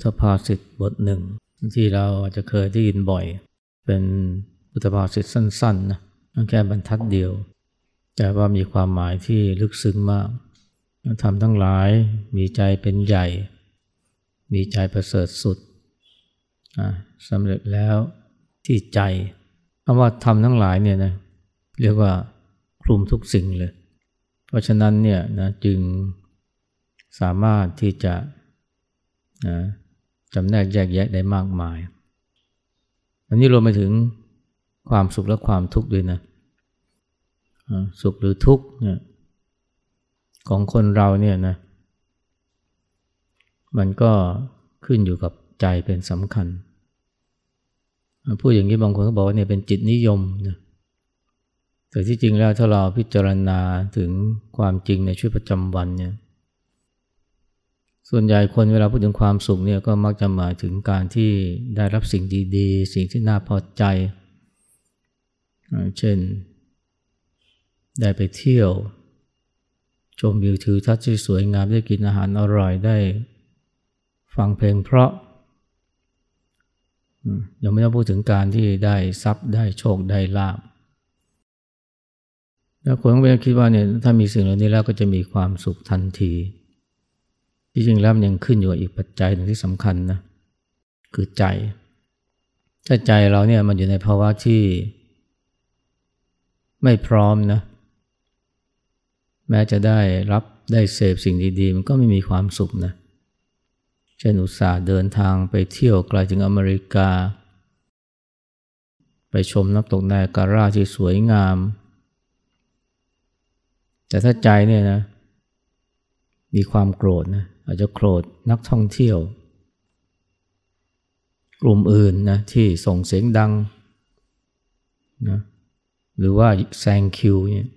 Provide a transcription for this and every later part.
ทภาษิตบทหนึ่งที่เราอาจจะเคยได้ยินบ่อยเป็นพุทธภาษิตสั้นๆนะแค่บรรทัดเดียวแต่ว่ามีความหมายที่ลึกซึ้งมากธรรมทั้งหลายมีใจเป็นใหญ่มีใจประเสริฐสุดสำเร็จแล้วที่ใจคำว่าธรรมทั้งหลายเนี่ยนะเรียกว่าคลุมทุกสิ่งเลยเพราะฉะนั้นเนี่ยนะจึงสามารถที่จะจำแนกแยกแยะได้มากมายอันนี้รวมไปถึงความสุขและความทุกข์ด้วยนะสุขหรือทุกข์เนี่ยของคนเราเนี่ยนะมันก็ขึ้นอยู่กับใจเป็นสำคัญพูดอย่างนี้บางคนก็บอกว่าเนี่ยเป็นจิตนิยมนะแต่ที่จริงแล้วถ้าเราพิจารณาถึงความจริงในชีวิตประจำวันเนี่ยส่วนใหญ่คนเวลาพูดถึงความสุขเนี่ยก็มักจะหมายถึงการที่ได้รับสิ่งดีๆสิ่งที่น่าพอใจเช่นได้ไปเที่ยวชมวิวทิวทัศน์ที่สวยงามได้กินอาหารอร่อยได้ฟังเพลงเพราะยังไม่ต้องพูดถึงการที่ได้ทรัพย์ได้โชคได้ลาภแล้วคนก็ไปคิดว่าเนี่ยถ้ามีสิ่งเหล่านี้แล้วก็จะมีความสุขทันทีที่จริงแล้วมันยังขึ้นอยู่กับอีกปัจจัยหนึ่งที่สำคัญนะคือใจถ้าใจเราเนี่ยมันอยู่ในภาวะที่ไม่พร้อมนะแม้จะได้เสพสิ่งดีๆมันก็ไม่มีความสุขนะเช่นอุตส่าห์เดินทางไปเที่ยวไกลถึงอเมริกาไปชมน้ำตกไนอาการาที่สวยงามแต่ถ้าใจเนี่ยนะมีความโกรธนะอาจจะโกรธนักท่องเที่ยวกลุ่มอื่นนะที่ส่งเสียงดังนะหรือว่าแซงคิวเนี่ย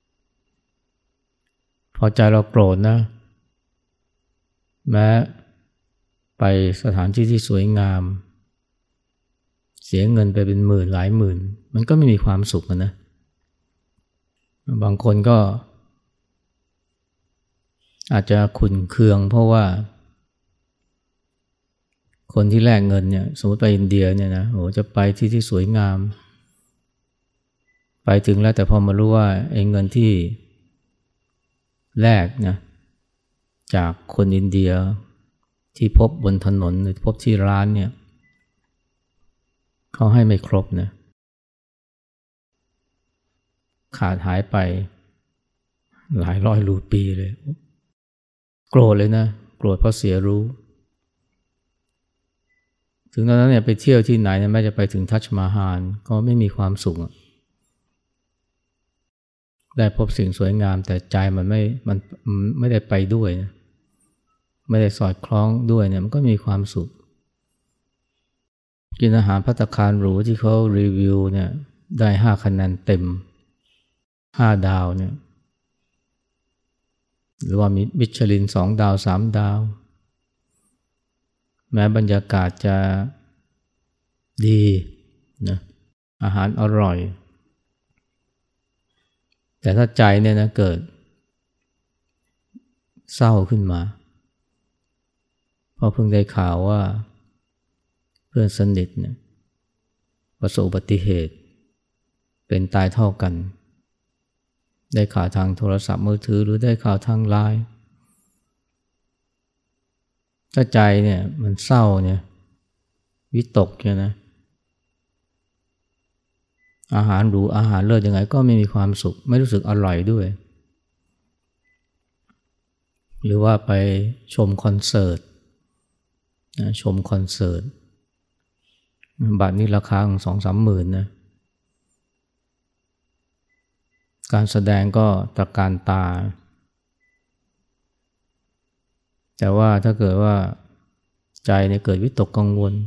พอใจเราโกรธนะแม้ไปสถานที่ที่สวยงามเสียเงินไปเป็นหมื่นหลายหมื่นมันก็ไม่มีความสุขนะบางคนก็อาจจะขุ่นเคืองเพราะว่าคนที่แลกเงินเนี่ยสมมติไปอินเดียเนี่ยนะโอ้จะไปที่สวยงามไปถึงแล้วแต่พอมารู้ว่าไอ้เงินที่แลกนะจากคนอินเดียที่พบบนถนนหรือพบที่ร้านเนี่ยเขาให้ไม่ครบนะขาดหายไปหลายร้อยรูปีเลยโกรธเลยนะโกรธเพราะเสียรู้ถึงตอนนั้นเนี่ยไปเที่ยวที่ไหนเนี่ยแม้จะไปถึงทัชมาฮาลก็ไม่มีความสุขได้พบสิ่งสวยงามแต่ใจมันไม่ได้ไปด้วยนะไม่ได้สอดคล้องด้วยเนี่ยมันก็มีความสุขกินอาหารภัตตาคารหรูที่เขารีวิวเนี่ยได้5คะแนนเต็ม5ดาวเนี่ยหรือว่ามีมิชลิน2ดาว3ดาวแม้บรรยากาศจะดีนะอาหารอร่อยแต่ถ้าใจเนี่ยนะเกิดเศร้าขึ้นมาเพราะเพิ่งได้ข่าวว่าเพื่อนสนิทเนี่ยประสบอุบัติเหตุเป็นตายเท่ากันได้ข่าวทางโทรศัพท์มือถือหรือได้ข่าวทางไลน์ถ้าใจเนี่ยมันเศร้าเนี่ยวิตกเนี่ยนะอาหารหรูอาหารเลิศยังไงก็ไม่มีความสุขไม่รู้สึกอร่อยด้วยหรือว่าไปชมคอนเสิร์ตชมคอนเสิร์ตบัตรนี่ราคาของ 2-3 หมื่นนะการแสดงก็ตระการตาแต่ว่าถ้าเกิดว่าใจเนี่ยเกิดวิตกกังวล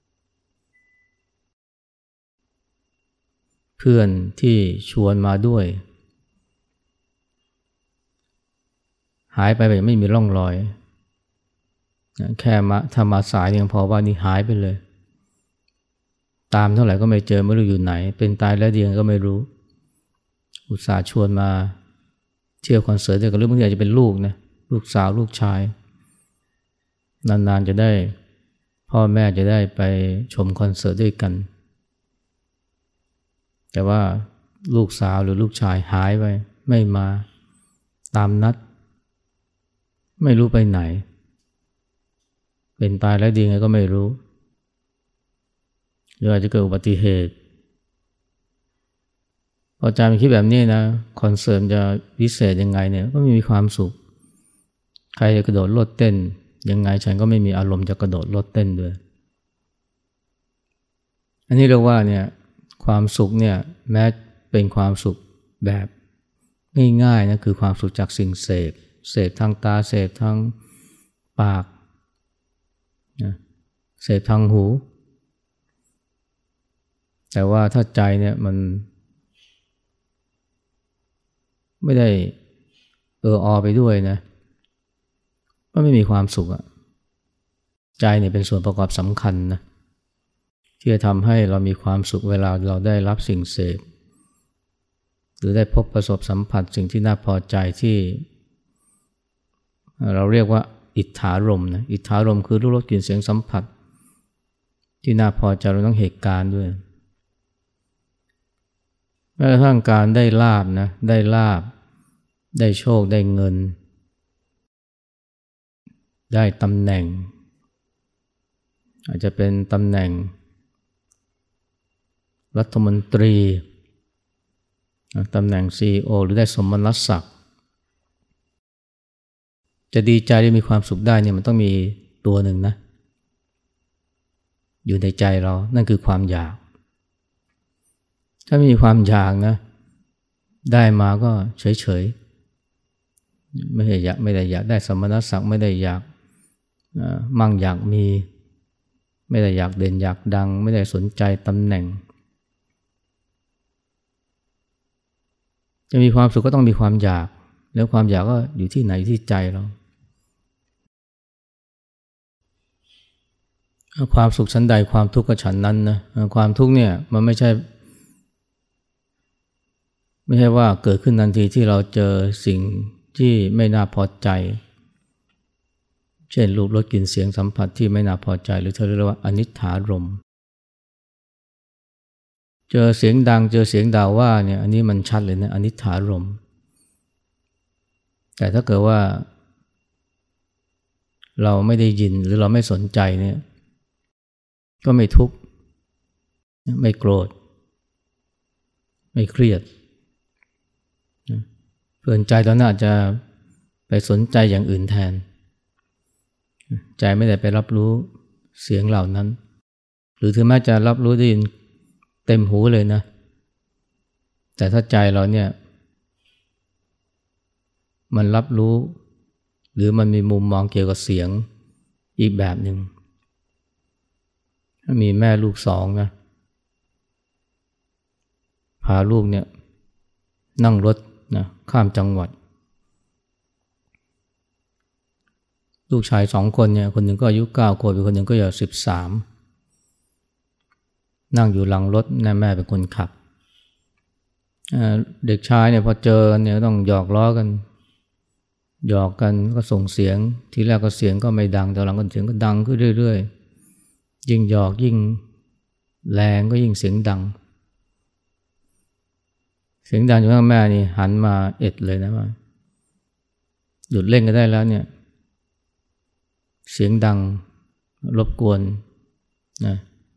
เพื่อนที่ชวนมาด้วยหายไปแบบไม่มีร่องรอยแค่ถ้ามาสายยังพอว่านี่หายไปเลยตามเท่าไหร่ก็ไม่เจอไม่รู้อยู่ไหนเป็นตายแล้วดีก็ไม่รู้อุตส่าห์ชวนมาเที่ยวคอนเสิร์ตด้วยกันหรือบางทีอาจจะเป็นลูกนะลูกสาวลูกชายนานๆจะได้พ่อแม่จะได้ไปชมคอนเสิร์ตด้วยกันแต่ว่าลูกสาวหรือลูกชายหายไปไม่มาตามนัดไม่รู้ไปไหนเป็นตายแล้วดีไงก็ไม่รู้หรืออาจจะเกิดอุบัติเหตุพอใจมันคิดแบบนี้นะคอนเสิร์ตจะพิเศษยังไงเนี่ยก็ไม่มีความสุขใครจะกระโดดโลดเต้นยังไงฉันก็ไม่มีอารมณ์จะกระโดดโลดเต้นด้วยอันนี้เรียกว่าเนี่ยความสุขเนี่ยแม้เป็นความสุขแบบง่ายๆนะคือความสุขจากสิ่งเสพทางตาเสพทางปากนะเสพทางหูแต่ว่าถ้าใจเนี่ยมันไม่ได้อไปด้วยนะก็ไม่มีความสุขอะใจเนี่ยเป็นส่วนประกอบสำคัญนะที่จะทำให้เรามีความสุขเวลาเราได้รับสิ่งเสพหรือได้พบประสบสัมผัสสิ่งที่น่าพอใจที่เราเรียกว่าอิทธารมณ์นะอิทธารมณ์คือรูปรสกลิ่นเสียงสัมผัสที่น่าพอใจเราต้องเหตุการณ์ด้วยแม้กระทั่งการได้ลาภนะได้ลาภได้โชคได้เงินได้ตำแหน่งอาจจะเป็นตำแหน่งรัฐมนตรีตำแหน่ง CEO หรือได้สมณศักดิ์จะดีใจได้มีความสุขได้เนี่ยมันต้องมีตัวหนึ่งนะอยู่ในใจเรานั่นคือความอยากถ้าไม่มีความอยากนะได้มาก็เฉยๆไม่ได้อยากได้สมณศักดิ์ไม่ได้อยากมั่งอยากมีไม่ได้อยากเด่นอยากดังไม่ได้สนใจตำแหน่งจะมีความสุขก็ต้องมีความอยากแล้วความอยากก็อยู่ที่ไหนที่ใจเราความสุขชั้นใดความทุกข์ก็ฉันนั้นนะความทุกข์เนี่ยมันไม่ใช่ว่าเกิดขึ้นทันทีที่เราเจอสิ่งที่ไม่น่าพอใจเช่นรูปรสกลิ่นเสียงสัมผัสที่ไม่น่าพอใจหรือเธอเรียกว่าอนิจฐารมณ์เจอเสียงดังเจอเสียงด่าว่าเนี่ยอันนี้มันชัดเลยนะอนิจฐารมณ์แต่ถ้าเกิดว่าเราไม่ได้ยินหรือเราไม่สนใจเนี่ยก็ไม่ทุกข์ไม่โกรธไม่เครียดเพื่อนใจตอนนั้นอาจจะไปสนใจอย่างอื่นแทนใจไม่ได้ไปรับรู้เสียงเหล่านั้นหรือถึงแม้จะรับรู้ได้ยินเต็มหูเลยนะแต่ถ้าใจเราเนี่ยมันรับรู้หรือมันมีมุมมองเกี่ยวกับเสียงอีกแบบหนึ่งมีแม่ลูกสองนะพาลูกเนี่ยนั่งรถนะข้ามจังหวัดลูกชาย2 คนเนี่ยคนหนึ่งก็อายุ9 ขวบอีกคนหนึ่งก็อายุ13นั่งอยู่หลังรถแม่เป็นคนขับเด็กชายเนี่ยพอเจอเนี่ยต้องหยอกล้อกันหยอกกันก็ส่งเสียงทีแรกก็เสียงก็ไม่ดังแต่หลังก็เสียงก็ดังขึ้นเรื่อยๆยิ่งหยอกยิ่งแรงก็ยิ่งเสียงดังอยู่ข้างแม่นี่หันมาเอ็ดเลยนะว่าหยุดเล่นกันได้แล้วเนี่ยเสียงดังรบกวนนะ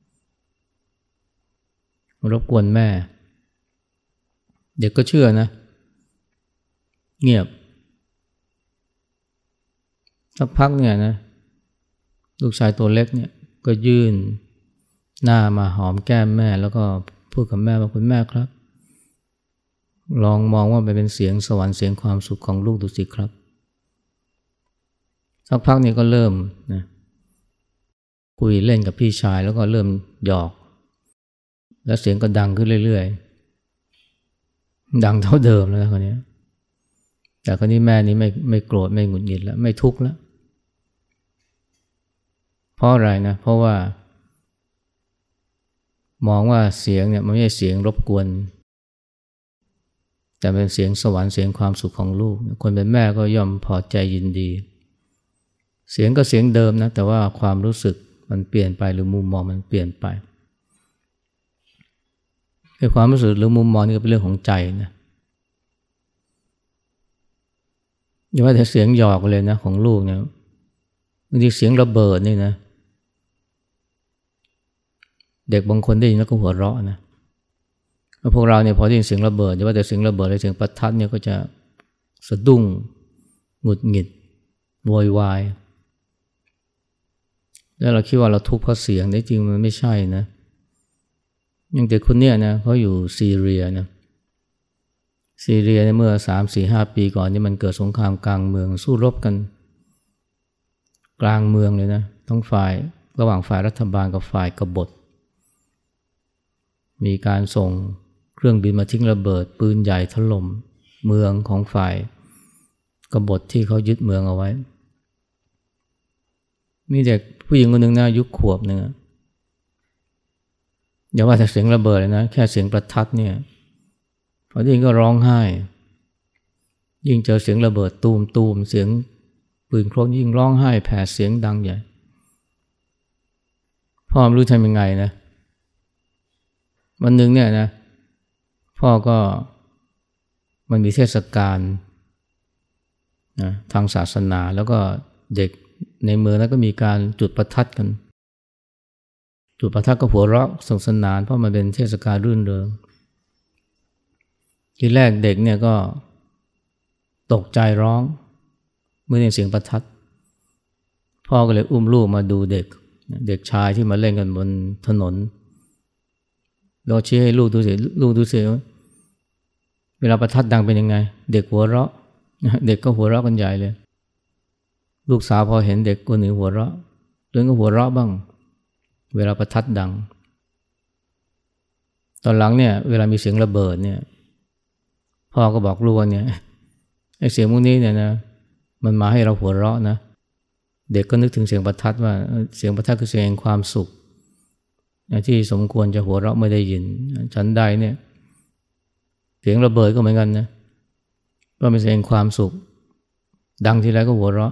รบกวนแม่เด็กก็เชื่อนะเงียบสักพักเนี่ยนะลูกชายตัวเล็กเนี่ยก็ยื่นหน้ามาหอมแก้มแม่แล้วก็พูดกับแม่ว่าคุณแม่ครับลองมองว่ามันเป็นเสียงสวรรค์เสียงความสุขของลูกดูสิครับสักพักนี้ก็เริ่มนะคุยเล่นกับพี่ชายแล้วก็เริ่มหยอกแล้วเสียงก็ดังขึ้นเรื่อยๆดังเท่าเดิมแล้วคนนี้แต่คนนี้แม่นี้ไม่โกรธไม่หงุดหงิดแล้วไม่ทุกข์แล้วเพราะอะไรนะเพราะว่ามองว่าเสียงเนี่ยมันไม่ใช่เสียงรบกวนแต่เป็นเสียงสวรรค์เสียงความสุขของลูกคนเป็นแม่ก็ย่อมพอใจยินดีเสียงก็เสียงเดิมนะแต่ว่าความรู้สึกมันเปลี่ยนไปหรือมุมมองมันเปลี่ยนไปความรู้สึกหรือมุมมองนี่ก็เป็นเรื่องของใจนะอย่าว่าแต่เสียงหยอกเลยนะของลูกเนี่ยบางทีเสียงระเบิดนี่นะเด็กบางคนได้ยินแล้วก็หัวเราะนะพวกเราเนี่ยพอได้ยินเสียงระเบิดอย่าว่าแต่เสียงระเบิดเลยเสียงประทัดเนี่ยก็จะสะดุ้งหงุดหงิดโวยวายแล้วเราคิดว่าเราทุกข์เพราะเสียงแต่จริงมันไม่ใช่นะอย่างเด็กคนเนี้ยนะเขาอยู่ซีเรียนะซีเรียเมื่อ 3-4-5 ปีก่อนนี่มันเกิดสงครามกลางเมืองสู้รบกันกลางเมืองเลยนะทั้งฝ่ายระหว่างฝ่ายรัฐบาลกับฝ่ายกบฏมีการส่งเครื่องบินมาทิ้งระเบิดปืนใหญ่ถล่มเมืองของฝ่ายกบฏที่เขายึดเมืองเอาไว้มีเด็กผู้หญิงคนหนึ่งนะอายุขวบหนึ่งอย่าว่าแต่เสียงระเบิดเลยนะแค่เสียงประทัดเนี่ยพอได้ยินก็ร้องไห้ยิ่งเจอเสียงระเบิดตูมเสียงปืนโครกยิ่งร้องไห้แผ่เสียงดังใหญ่พ่อไม่รู้ทำยังไงนะวันหนึ่งเนี่ยนะพ่อก็มันมีเทศกาลนะทางศาสนาแล้วก็เด็กในเมืองนั้นก็มีการจุดประทัดกันจุดประทัดก็หัวเราะสนุกสนานเพราะมันเป็นเทศกาลรื่นเริงทีแรกเด็กเนี่ยก็ตกใจร้องเมื่อได้ยินเสียงประทัดพ่อก็เลยอุ้มลูกมาดูเด็กชายที่มาเล่นกันบนถนนเราชี้ให้ลูกดูสิเวลาประทัดดังเป็นยังไงเด็กหัวเราะเด็กก็หัวเราะกันใหญ่เลยลูกสาวพอเห็นเด็กคนหนึ่งหัวเราะตัวเองก็หัวเราะบ้างเวลาประทัดดังตอนหลังเนี่ยเวลามีเสียงระเบิดเนี่ยพ่อก็บอกลูกว่าเนี่ยไอ้เสียงพวกนี้เนี่ยนะมันมาให้เราหัวเราะนะเด็กก็นึกถึงเสียงประทัดว่าเสียงประทัดคือเสียงแห่งความสุขที่สมควรจะหัวเราะไม่ได้ยินฉันใดเนี่ยเสียงระเบิดก็เหมือนกันนะก็เป็นเสียงแห่งความสุขดังทีไรก็หัวเราะ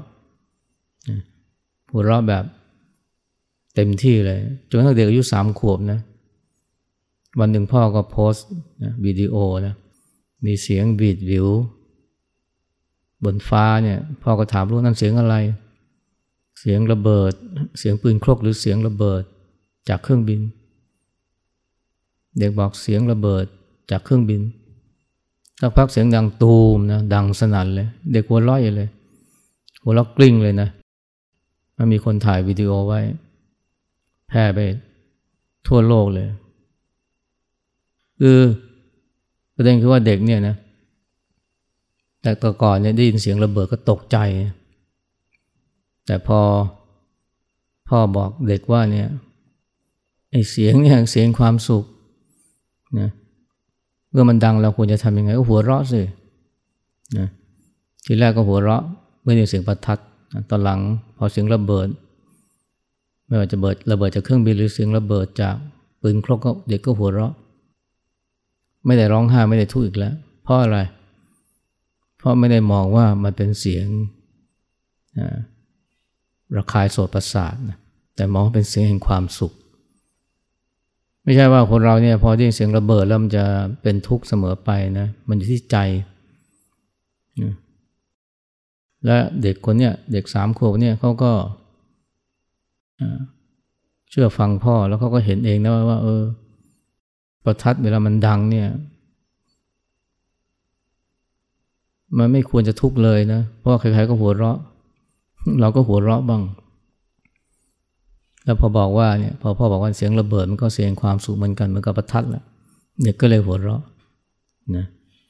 แบบเต็มที่เลยจนกระทั่งเด็กอายุ3 ขวบนะวันหนึ่งพ่อก็โพสต์วิดีโอนะมีเสียงบีดวิวบนฟ้าเนี่ยพ่อก็ถามลูกนั่นเสียงอะไรเสียงระเบิดเสียงปืนโครกหรือเสียงระเบิดจากเครื่องบินเด็กบอกเสียงระเบิดจากเครื่องบินสักพักเสียงดังตูมนะดังสนั่นเลยเด็กหัวเราะเลยหัวเราะกลิ้งเลยนะมันมีคนถ่ายวิดีโอไว้แพร่ไปทั่วโลกเลยประเด็นคือว่าเด็กเนี่ยนะแต่ก่อนเนี่ยได้ยินเสียงระเบิดก็ตกใจแต่พอพ่อบอกเด็กว่าเนี่ยไอ้เสียงเนี่ยเสียงความสุขนะเมื่อมันดังเราควรจะทำยังไงก็หัวเราะสินะทีแรกก็หัวเราะเมื่อได้ยินเสียงประทัดตอนหลังพอเสียงระเบิดไม่ว่าจะระเบิดจากเครื่องบินหรือเสียงระเบิดจากปืนโครกเด็กก็หัวเราะไม่ได้ร้องไห้ไม่ได้ทุกข์อีกแล้วเพราะอะไรเพราะไม่ได้มองว่ามันเป็นเสียงระคายโสตประสาทนะแต่มองเป็นเสียงแห่งความสุขไม่ใช่ว่าคนเราเนี่ยพอได้ยินเสียงระเบิดแล้วมันจะเป็นทุกข์เสมอไปนะมันอยู่ที่ใจและเด็กคนเนี้ยเด็ก3 ขวบเนี่ยเขาก็เชื่อฟังพ่อแล้วเขาก็เห็นเองนะว่าประทัดเวลามันดังเนี่ยมันไม่ควรจะทุกข์เลยนะเพราะใครๆก็หัวเราะเราก็หัวเราะบ้างแล้วพอบอกว่าเนี่ยพอพ่อบอกว่าเสียงระเบิดมันก็เสียงความสุขเหมือนกันเหมือนกับประทัดแหละเด็กก็เลยหัวเราะนะ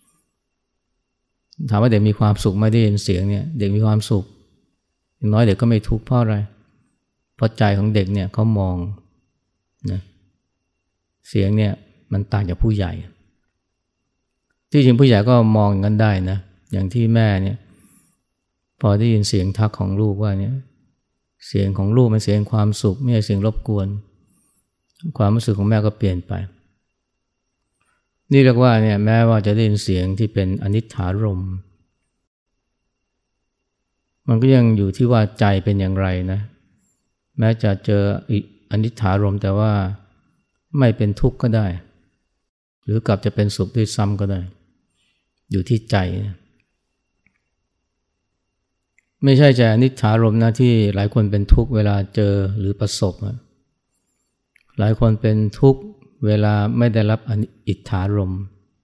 ถามว่าเด็กมีความสุขไม่ได้ยินเสียงเนี่ยเด็กมีความสุขอย่างน้อยเด็กก็ไม่ทุกข์เพราะอะไรเพราะใจของเด็กเนี่ยเขามองนะเสียงเนี่ยมันต่างจากผู้ใหญ่ที่จริงผู้ใหญ่ก็มองอย่างนั้นได้นะอย่างที่แม่เนี่ยพอได้ยินเสียงทักของลูกว่าเนี่ยเสียงของลูกมันเสียงความสุขไม่ใช่เสียงรบกวนความรู้สึกของแม่ก็เปลี่ยนไปนี่เรียกว่าเนี่ยแม้ว่าจะได้ยินเสียงที่เป็นอนิจฐารมณ์มันก็ยังอยู่ที่ว่าใจเป็นอย่างไรนะแม้จะเจออนิจจารมณ์แต่ว่าไม่เป็นทุกข์ก็ได้หรือกลับจะเป็นสุขด้วยซ้ำก็ได้อยู่ที่ใจไม่ใช่ใจอนิจจารมณ์นะที่หลายคนเป็นทุกข์เวลาเจอหรือประสบหลายคนเป็นทุกข์เวลาไม่ได้รับอิทธารมณ์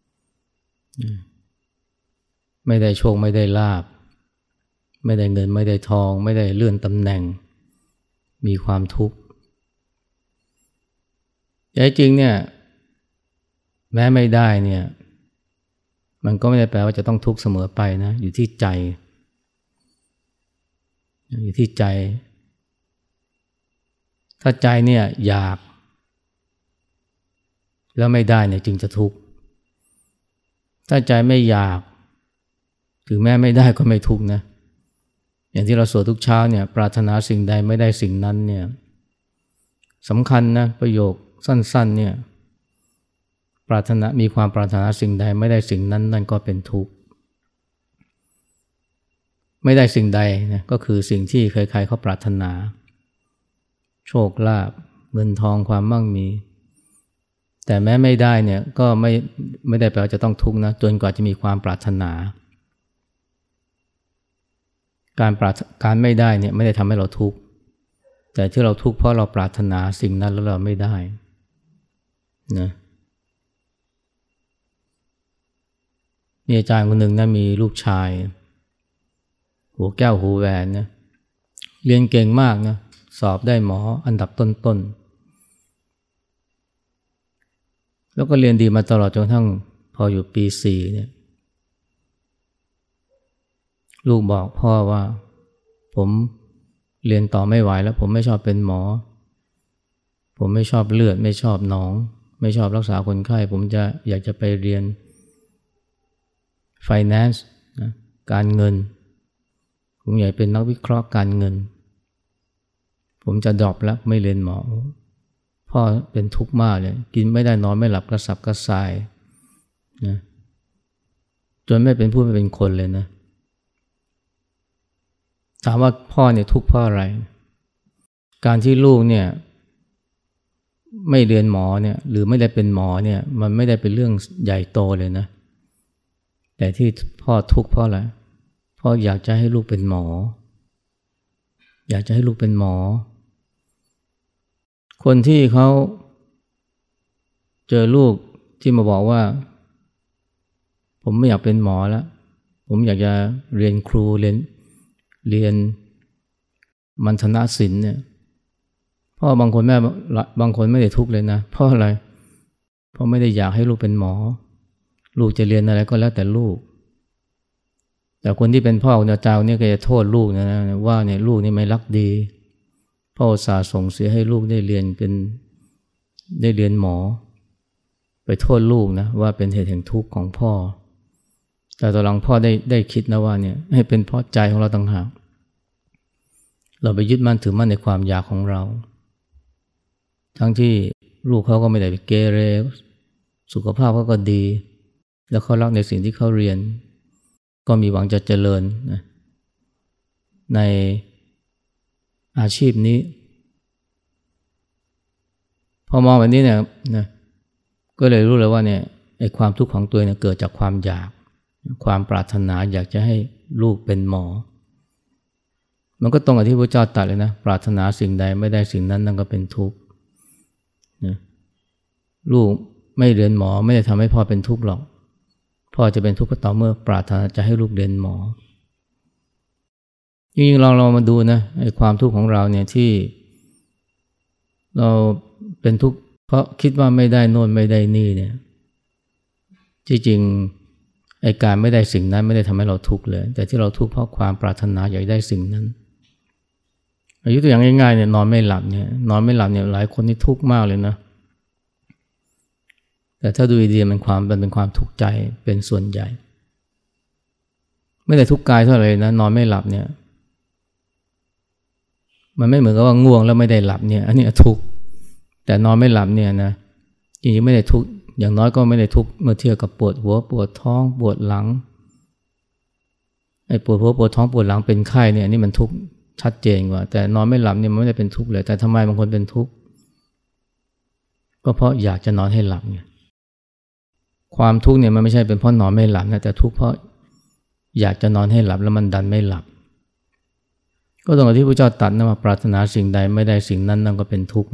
ไม่ได้โชคไม่ได้ลาภไม่ได้เงินไม่ได้ทองไม่ได้เลื่อนตำแหน่งมีความทุกข์แต่จริงเนี่ยแม้ไม่ได้เนี่ยมันก็ไม่ได้แปลว่าจะต้องทุกข์เสมอไปนะอยู่ที่ใจอยู่ที่ใจถ้าใจเนี่ยอยากแล้วไม่ได้เนี่ยจึงจะทุกข์ถ้าใจไม่อยากถึงแม้ไม่ได้ก็ไม่ทุกข์นะอย่างที่เราสวดทุกเช้าเนี่ยปรารถนาสิ่งใดไม่ได้สิ่งนั้นเนี่ยสำคัญนะประโยคสั้นๆเนี่ยปรารถนามีความปรารถนาสิ่งใดไม่ได้สิ่งนั้นนั่นก็เป็นทุกข์ไม่ได้สิ่งใดนะก็คือสิ่งที่ใครๆเขาปรารถนาโชคลาภเงินทองความมั่งมีแต่แม้ไม่ได้เนี่ยก็ไม่ได้แปลว่าจะต้องทุกข์นะจนกว่าจะมีความปรารถนาการไม่ได้เนี่ยไม่ได้ทำให้เราทุกข์แต่ที่เราทุกข์เพราะเราปรารถนาสิ่งนั้นแล้วเราไม่ได้นะมีอาจารย์คนหนึ่งนะมีลูกชายหูแก้วหูแหวนนะเรียนเก่งมากนะสอบได้หมออันดับต้นๆแล้วก็เรียนดีมาตลอดจนกระทั่งพออยู่ปี4เนี่ยลูกบอกพ่อว่าผมเรียนต่อไม่ไหวแล้วผมไม่ชอบเป็นหมอผมไม่ชอบเลือดไม่ชอบหนองไม่ชอบรักษาคนไข้ผมอยากจะไปเรียน finance นะการเงินผมอยากเป็นนักวิเคราะห์การเงินผมจะดรอปแล้วไม่เรียนหมอพ่อเป็นทุกข์มากเลยกินไม่ได้นอนไม่หลับกระสับกระส่ายนะจนไม่เป็นผู้ไม่เป็นคนเลยนะถามว่าพ่อเนี่ยทุกข์เพราะอะไรการที่ลูกเนี่ยไม่เรียนหมอเนี่ยหรือไม่ได้เป็นหมอเนี่ยมันไม่ได้เป็นเรื่องใหญ่โตเลยนะแต่ที่พ่อทุกข์เพราะอะไรพ่ออยากจะให้ลูกเป็นหมออยากจะให้ลูกเป็นหมอคนที่เขาเจอลูกที่มาบอกว่าผมไม่อยากเป็นหมอแล้วผมอยากจะเรียนครูเรียนมัณฑนศิลป์เนี่ยพ่อบางคนแม่บางคนไม่ได้ทุกข์เลยนะเพราะอะไรเพราะไม่ได้อยากให้ลูกเป็นหมอลูกจะเรียนอะไรก็แล้วแต่ลูกแต่คนที่เป็นพ่อของเจ้าเนี่ยก็จะโทษลูกนะว่าเนี่ยลูกนี่ไม่รักดีพ่ออุตส่าห์ส่งเสียให้ลูกได้เรียนหมอไปโทษลูกนะว่าเป็นเหตุแห่งทุกข์ของพ่อแต่ตอนหลังพ่อได้คิดนะว่าเนี่ยให้เป็นเพราะใจของเราต่างหากเราไปยึดมั่นถือมั่นในความอยากของเราทั้งที่ลูกเขาก็ไม่ได้เกเรสุขภาพเขาก็ดีแล้วเขารักในสิ่งที่เขาเรียนก็มีหวังจะเจริญนะในอาชีพนี้พอมองแบบนี้เนี่ยนะก็เลยรู้เลยว่าเนี่ยไอ้ความทุกข์ของตัวเนี่ยเกิดจากความอยากความปรารถนาอยากจะให้ลูกเป็นหมอมันก็ตรงกับที่พระเจ้าตรัสเลยนะปรารถนาสิ่งใดไม่ได้สิ่งนั้นนั่นก็เป็นทุกข์นะลูกไม่เรียนหมอไม่ได้ทำให้พ่อเป็นทุกข์หรอกพ่อจะเป็นทุกข์ก็ต่อเมื่อปรารถนาจะให้ลูกเรียนหมอยิ่งเรามาดูนะไอ้ความทุกข์ของเราเนี่ยที่เราเป็นทุกข์เพราะคิดว่าไม่ได้โน่นไม่ได้นี่เนี่ยที่จริงไอ้การไม่ได้สิ่งนั้นไม่ได้ทำให้เราทุกข์เลยแต่ที่เราทุกข์เพราะความปรารถนาอยากได้สิ่งนั้นยกตัวอย่างง่ายๆเนี่ยนอนไม่หลับเนี่ยหลายคนนี่ทุกข์มากเลยนะแต่ถ้าดูดีๆมันเป็นความทุกข์ใจเป็นส่วนใหญ่ไม่ได้ทุกข์กายเท่าไหร่นะนอนไม่หลับเนี่ยมันไม่เหมือนกับว่าง่วงแล้วไม่ได้หลับเนี่ยอันนี้ทุกข์แต่นอนไม่หลับเนี่ยนะจริงๆไม่ได้ทุกข์อย่างน้อยก็ไม่ได้ทุกข์เมื่อเทียบกับปวดหัวปวดท้องปวดหลังไอ้ปวดหัวปวดท้องปวดหลังเป็นไข้เนี่ยนี่มันทุกข์ชัดเจนกว่าแต่นอนไม่หลับเนี่ยมันไม่ได้เป็นทุกข์เลยแต่ทำไมบางคนเป็นทุกข์ก็เพราะอยากจะนอนให้หลับไงความทุกข์เนี่ยมันไม่ใช่เป็นเพราะนอนไม่หลับนะแต่ทุกข์เพราะอยากจะนอนให้หลับแล้วมันดันไม่หลับก็ตรงกับที่พระเจ้าตรัสนะว่าปรารถนาสิ่งใดไม่ได้สิ่งนั้นนั่นก็เป็นทุกข์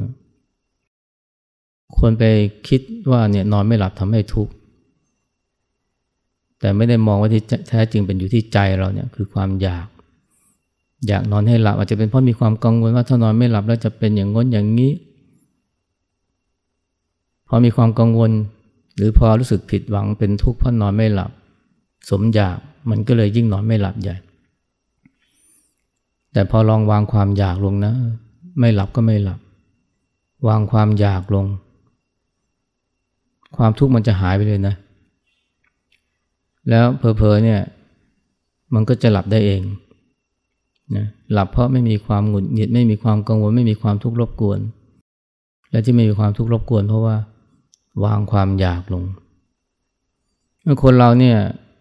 คนไปคิดว่าเนี่ยนอนไม่หลับทำให้ทุกข์แต่ไม่ได้มองว่าที่แท้จริงเป็นอยู่ที่ใจเราเนี่ยคือความอยากนอนให้หลับอาจจะเป็นเพราะมีความกังวลว่าถ้านอนไม่หลับแล้วจะเป็นอย่างง้นอย่างนี้พอมีความกังวลหรือพอรู้สึกผิดหวังเป็นทุกข์เพราะนอนไม่หลับสมอยากมันก็เลยยิ่งนอนไม่หลับใหญ่แต่พอลองวางความอยากลงนะไม่หลับก็ไม่หลับวางความอยากลงความทุกข์มันจะหายไปเลยนะแล้วเผลอๆเนี่ยมันก็จะหลับได้เองนะหลับเพราะไม่มีความหงุดหงิดไม่มีความกังวลไม่มีความทุกข์รบกวนและที่ไม่มีความทุกข์รบกวนเพราะว่าวางความอยากลงคนเราเนี่ย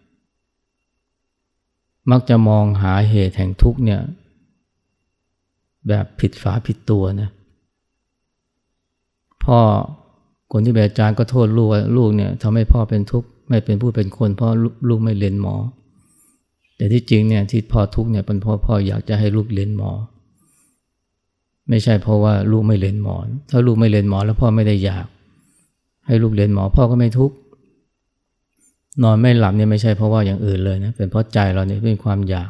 มักจะมองหาเหตุแห่งทุกข์เนี่ยแบบผิดฝาผิดตัวนะพ่อคนที่เป็นอาจารย์ก็โทษลูกว่าลูกเนี่ยทำให้พ่อเป็นทุกข์ไม่เป็นผู้เป็นคนเพราะลูกไม่เรียนหมอแต่ที่จริงเนี่ยที่พ่อทุกข์เนี่ยเป็นเพราะพ่ออยากจะให้ลูกเรียนหมอไม่ใช่เพราะว่าลูกไม่เรียนหมอถ้าลูกไม่เรียนหมอแล้วพ่อไม่ได้อยากให้ลูกเรียนหมอพ่อก็ไม่ทุกข์นอนไม่หลับเนี่ยไม่ใช่เพราะว่าอย่างอื่นเลยนะเป็นเพราะใจเราเนี่ยเป็นความอยาก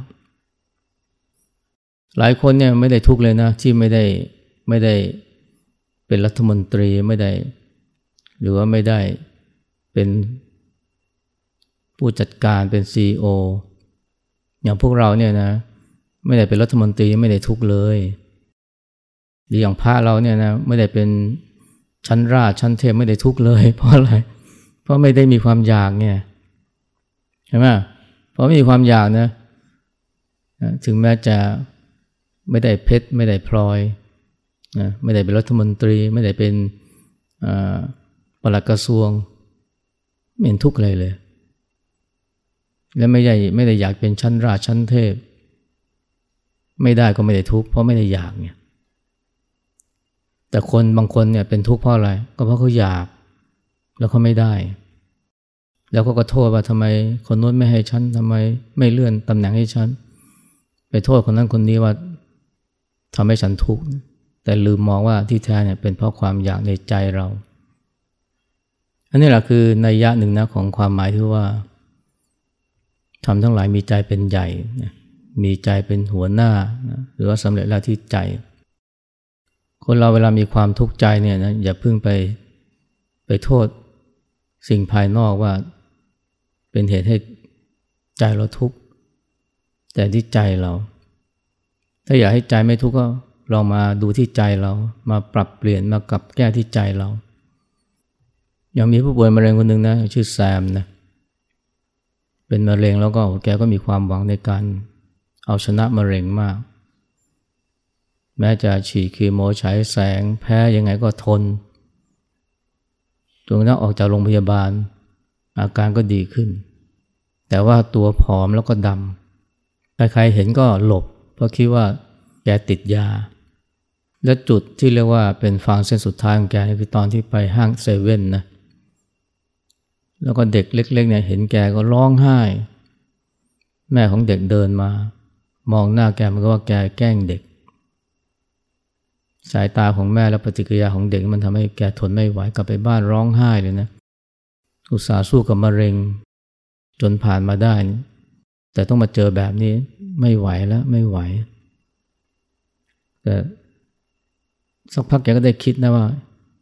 หลายคนเนี่ยไม่ได้ทุกข์เลยนะที่ไม่ได้เป็นรัฐมนตรีไม่ได้หรือว่าไม่ได้เป็นผู้จัดการเป็น CEO อย่างพวกเราเนี่ยนะไม่ได้เป็นรัฐมนตรีไม่ได้ทุกข์เลยหรืออย่างพระเราเนี่ยนะไม่ได้เป็นชั้นราชชั้นเทพไม่ได้ทุกข์เลยเพราะอะไรเพราะไม่ได้มีความอยากเนี่ยใช่ไหมเพราะไม่มีความอยากนะถึงแม้จะไม่ได้เพชรไม่ได้พลอยนะไม่ได้เป็นรัฐมนตรีไม่ได้เป็นปลัดกระทรวงไม่เห็นทุกข์เลยและไม่ได้อยากเป็นชั้นราชชั้นเทพไม่ได้ก็ไม่ได้ทุกข์เพราะไม่ได้อยากเนี่ยแต่คนบางคนเนี่ยเป็นทุกข์เพราะอะไรก็เพราะเขาอยากแล้วเขาไม่ได้แล้วก็โทษว่าทำไมคนโน้นไม่ให้ฉันทำไมไม่เลื่อนตำแหน่งให้ฉันไปโทษคนนั้นคนนี้ว่าทำให้ฉันทุกข์แต่ลืมมองว่าที่แท้เนี่ยเป็นเพราะความอยากในใจเราอันนี้แหละคือนัยยะหนึ่งนะของความหมายที่ว่าทำทั้งหลายมีใจเป็นใหญ่มีใจเป็นหัวหน้าหรือว่าสำเร็จแล้วที่ใจคนเราเวลามีความทุกข์ใจเนี่ยนะอย่าเพิ่งไปโทษสิ่งภายนอกว่าเป็นเหตุให้ใจเราทุกข์แต่ที่ใจเราถ้าอยากให้ใจไม่ทุกข์ก็ลองมาดูที่ใจเรามาปรับเปลี่ยนมากลับแก้ที่ใจเราอย่างมีผู้ป่วยมะเร็งคนหนึ่งนะชื่อแซมนะเป็นมะเร็งแล้วก็แกก็มีความหวังในการเอาชนะมะเร็งมากแม้จะฉีดคีโมฉายแสงแพ้ยังไงก็ทนจนกระทั่งออกจากโรงพยาบาลอาการก็ดีขึ้นแต่ว่าตัวผอมแล้วก็ดำใครๆเห็นก็หลบเพราะคิดว่าแกติดยาและจุดที่เรียกว่าเป็นฟางเส้นสุดท้ายของแกคือตอนที่ไปห้างเซเว่นนะแล้วก็เด็กเล็กๆเนี่ยเห็นแกก็ร้องไห้แม่ของเด็กเดินมามองหน้าแกมันก็ว่าแกแกล้งเด็กสายตาของแม่และปฏิกิริยาของเด็กมันทำให้แกทนไม่ไหวกลับไปบ้านร้องไห้เลยนะอุตส่าห์สู้กับมะเร็งจนผ่านมาได้แต่ต้องมาเจอแบบนี้ไม่ไหวแล้วไม่ไหวแต่สักพักแกก็ได้คิดนะว่า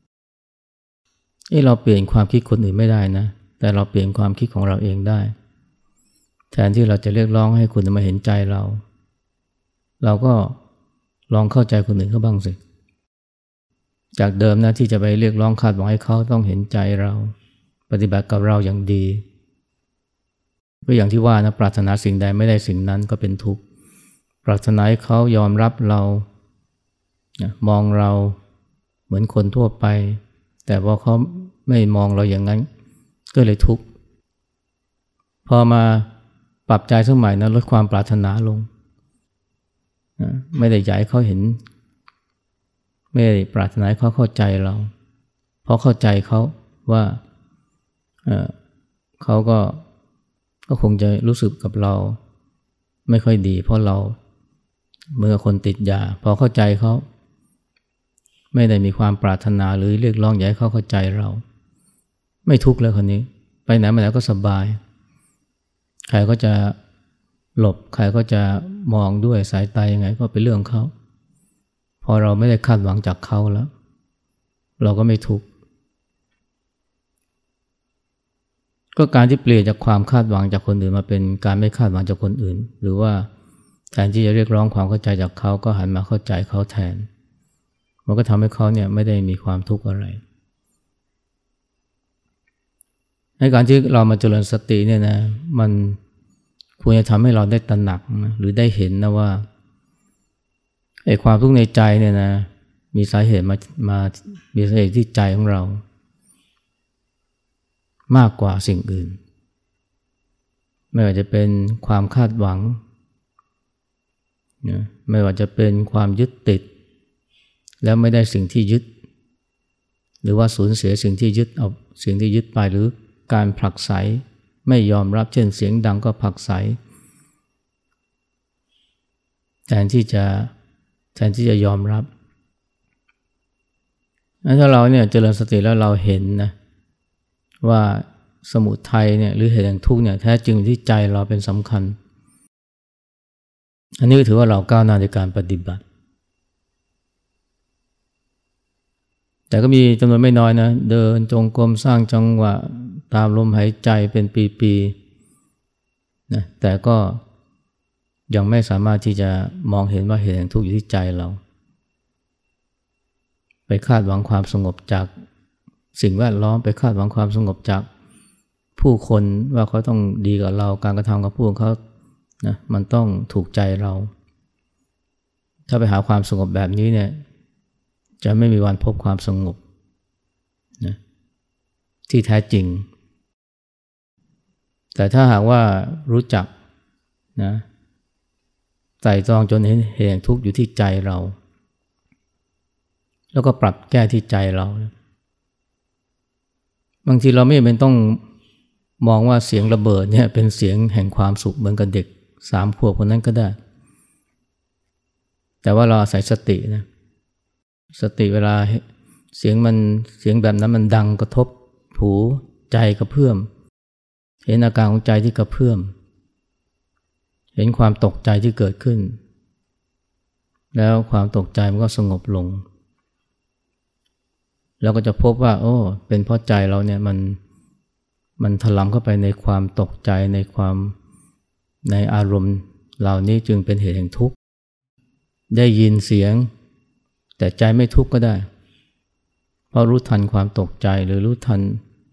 เราเปลี่ยนความคิดคนอื่นไม่ได้นะแต่เราเปลี่ยนความคิดของเราเองได้แทนที่เราจะเรียกร้องให้คนมาเห็นใจเราก็ลองเข้าใจคนอื่นเขาบ้างสิจากเดิมนะที่จะไปเรียกร้องคาดหวังให้เขาต้องเห็นใจเราปฏิบัติกับเราอย่างดีก็อย่างที่ว่านะปรารถนาสิ่งใดไม่ได้สิ่งนั้นก็เป็นทุกข์ปรารถนาให้เขายอมรับเรามองเราเหมือนคนทั่วไปแต่พอเขาไม่มองเราอย่างนั้นก็เลยทุกข์พอมาปรับใจสมัยนะลดความปรารถนาลงไม่ได้อยากให้เขาเห็นไม่ได้ปรารถนาให้เขาเข้าใจเราเพราะเข้าใจเขาว่าเขาก็คงจะรู้สึกกับเราไม่ค่อยดีเพราะเราเมื่อคนติดยาพอเข้าใจเขาไม่ได้มีความปรารถนาหรือเรียกร้องอยากให้เขาเข้าใจเราไม่ทุกข์แล้วคนนี้ไปไหนมาไหนก็สบายใครก็จะหลบใครก็จะมองด้วยสายตายังไงก็เป็นเรื่องของเขาพอเราไม่ได้คาดหวังจากเขาแล้วเราก็ไม่ทุกข์ก็การที่เปลี่ยนจากความคาดหวังจากคนอื่นมาเป็นการไม่คาดหวังจากคนอื่นหรือว่าแทนที่จะเรียกร้องความเข้าใจจากเขาก็หันมาเข้าใจเขาแทนมันก็ทำให้เขาเนี่ยไม่ได้มีความทุกข์อะไรในการที่เรามาเจริญสติเนี่ยนะมันควรจะทำให้เราได้ตระหนักนะหรือได้เห็นนะว่าไอ้ความทุกข์ในใจเนี่ยนะมีสาเหตุมามีสาเหตุที่ใจของเรามากกว่าสิ่งอื่นไม่ว่าจะเป็นความคาดหวังนะไม่ว่าจะเป็นความยึดติดแล้วไม่ได้สิ่งที่ยึดหรือว่าสูญเสียสิ่งที่ยึดเอาสิ่งที่ยึดไปหรือการผลักไสไม่ยอมรับเช่นเสียงดังก็ผลักไสแทนที่จะยอมรับถ้าเราเนี่ยเจริญสติแล้วเราเห็นนะว่าสมุทัยเนี่ยหรือเหตุแห่งทุกข์เนี่ยแท้จริงที่ใจเราเป็นสำคัญอันนี้ถือว่าเราก้าวหน้าในการปฏิบัติแต่ก็มีจำนวนไม่น้อยนะเดินจงกรมสร้างจังหวะตามลมหายใจเป็นปีๆนะแต่ก็ยังไม่สามารถที่จะมองเห็นว่าเหตุแห่งทุกข์อยู่ที่ใจเราไปคาดหวังความสงบจากสิ่งแวดล้อมไปคาดหวังความสงบจากผู้คนว่าเขาต้องดีกับเราการกระทำกับผู้คนเขานะมันต้องถูกใจเราถ้าไปหาความสงบแบบนี้เนี่ยจะไม่มีวันพบความสงบนะที่แท้จริงแต่ถ้าหากว่ารู้จักนะไตร่ตรองจนเห็นเหตุแห่งทุกข์อยู่ที่ใจเราแล้วก็ปรับแก้ที่ใจเราบางทีเราไม่จำเป็นต้องมองว่าเสียงระเบิดเนี่ยเป็นเสียงแห่งความสุขเหมือนกับเด็ก3 ขวบคนนั้นก็ได้แต่ว่าเราอาศัยสตินะสติเวลาเสียงแบบนั้นมันดังกระทบหูใจกระเพื่อมเห็นอาการของใจที่กระเพื่อมเห็นความตกใจที่เกิดขึ้นแล้วความตกใจมันก็สงบลงแล้วก็จะพบว่าโอ้เป็นเพราะใจเราเนี่ยมันถลำเข้าไปในความตกใจในอารมณ์เหล่านี้จึงเป็นเหตุแห่งทุกข์ได้ยินเสียงแต่ใจไม่ทุกข์ก็ได้เพราะรู้ทันความตกใจหรือรู้ทัน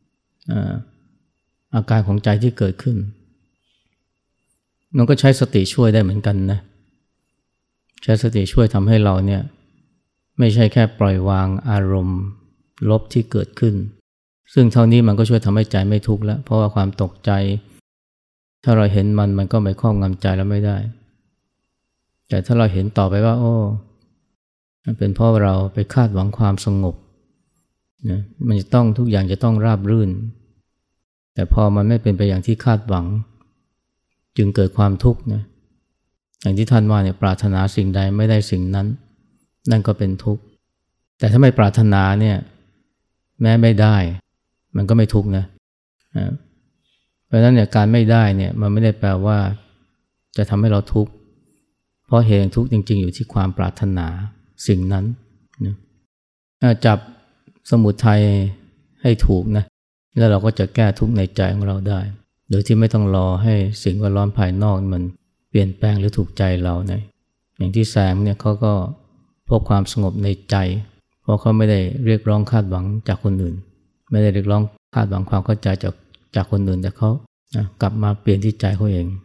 อาการของใจที่เกิดขึ้นมันก็ใช้สติช่วยได้เหมือนกันนะใช้สติช่วยทำให้เราเนี่ยไม่ใช่แค่ปล่อยวางอารมณ์ลบที่เกิดขึ้นซึ่งเท่านี้มันก็ช่วยทำให้ใจไม่ทุกข์แล้วเพราะว่าความตกใจถ้าเราเห็นมันก็ไม่ครอบงำใจแล้วไม่ได้แต่ถ้าเราเห็นต่อไปว่าโอ้เป็นเพราะเราไปคาดหวังความสงบนะมันจะต้องทุกอย่างจะต้องราบรื่นแต่พอมันไม่เป็นไปอย่างที่คาดหวังจึงเกิดความทุกข์นะอย่างที่ท่านว่าเนี่ยปรารถนาสิ่งใดไม่ได้สิ่งนั้นนั่นก็เป็นทุกข์แต่ถ้าไม่ปรารถนาเนี่ยแม้ไม่ได้มันก็ไม่ทุกข์นะเพราะฉะนั้นเนี่ยการไม่ได้เนี่ยมันไม่ได้แปลว่าจะทำให้เราทุกข์เพราะเหตุแห่งทุกข์จริงๆอยู่ที่ความปรารถนาสิ่งนั้นนะจับสมุทัยให้ถูกนะแล้วเราก็จะแก้ทุกข์ในใจของเราได้โดยที่ไม่ต้องรอให้สิ่งแวดล้อมภายนอกมันเปลี่ยนแปลงหรือถูกใจเรานะอย่างที่แซมเนี่ยเขาก็พบความสงบในใจเพราะเขาไม่ได้เรียกร้องคาดหวังจากคนอื่นไม่ได้เรียกร้องคาดหวังความเข้าใจจากคนอื่นแต่เขากลับมาเปลี่ยนที่ใจเขาเอง